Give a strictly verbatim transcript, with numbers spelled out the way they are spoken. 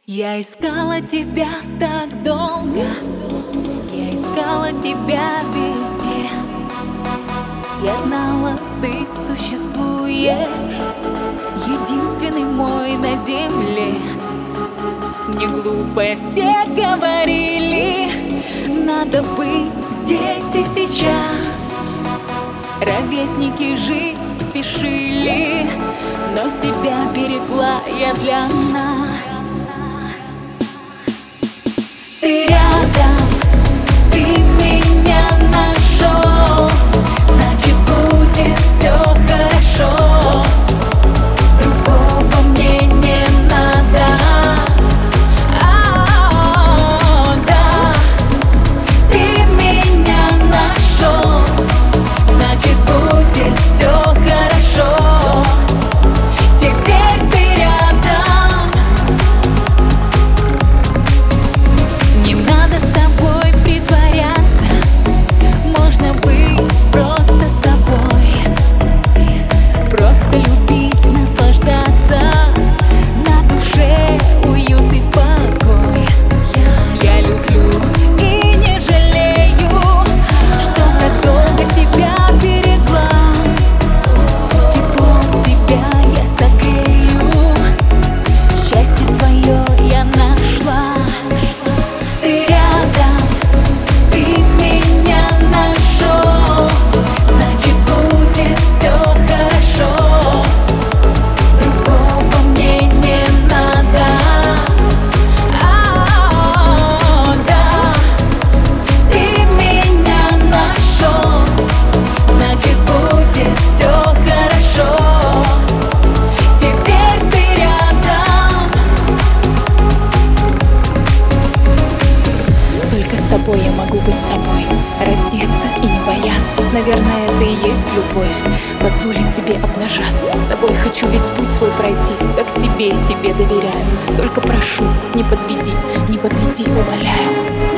Я искала тебя так долго, я искала тебя везде. Я знала, ты существуешь, единственный мой на земле. Мне глупо все говорили, надо быть здесь и сейчас. Ровесники жить спешили, но себя берегла я для нас. Ты рядом, ты меня нашел, значит будет все хорошо. Другого мне не надо. А-а-а, да, ты меня нашел, значит будет все хорошо. Теперь ты рядом. Не надо с тобой притворяться, можно быть просто собой. Просто любить, наслаждаться, на душе уют и покой. Я люблю и не жалею, что так долго себя берегла. Теплом тебя я согрею, счастье свое я нашла. Ты рядом, ты меня нашел, значит будет все хорошо. Другого мне не надо. А-а-а, да, ты меня нашел, значит будет все хорошо. Теперь ты рядом. Только с тобой я могу быть собой, раздеться и не бояться. Наверное, это и есть любовь, позволить себе обнажаться. С тобой хочу весь путь свой пройти, как себе тебе доверяю. Только прошу, не подведи, не подведи, умоляю.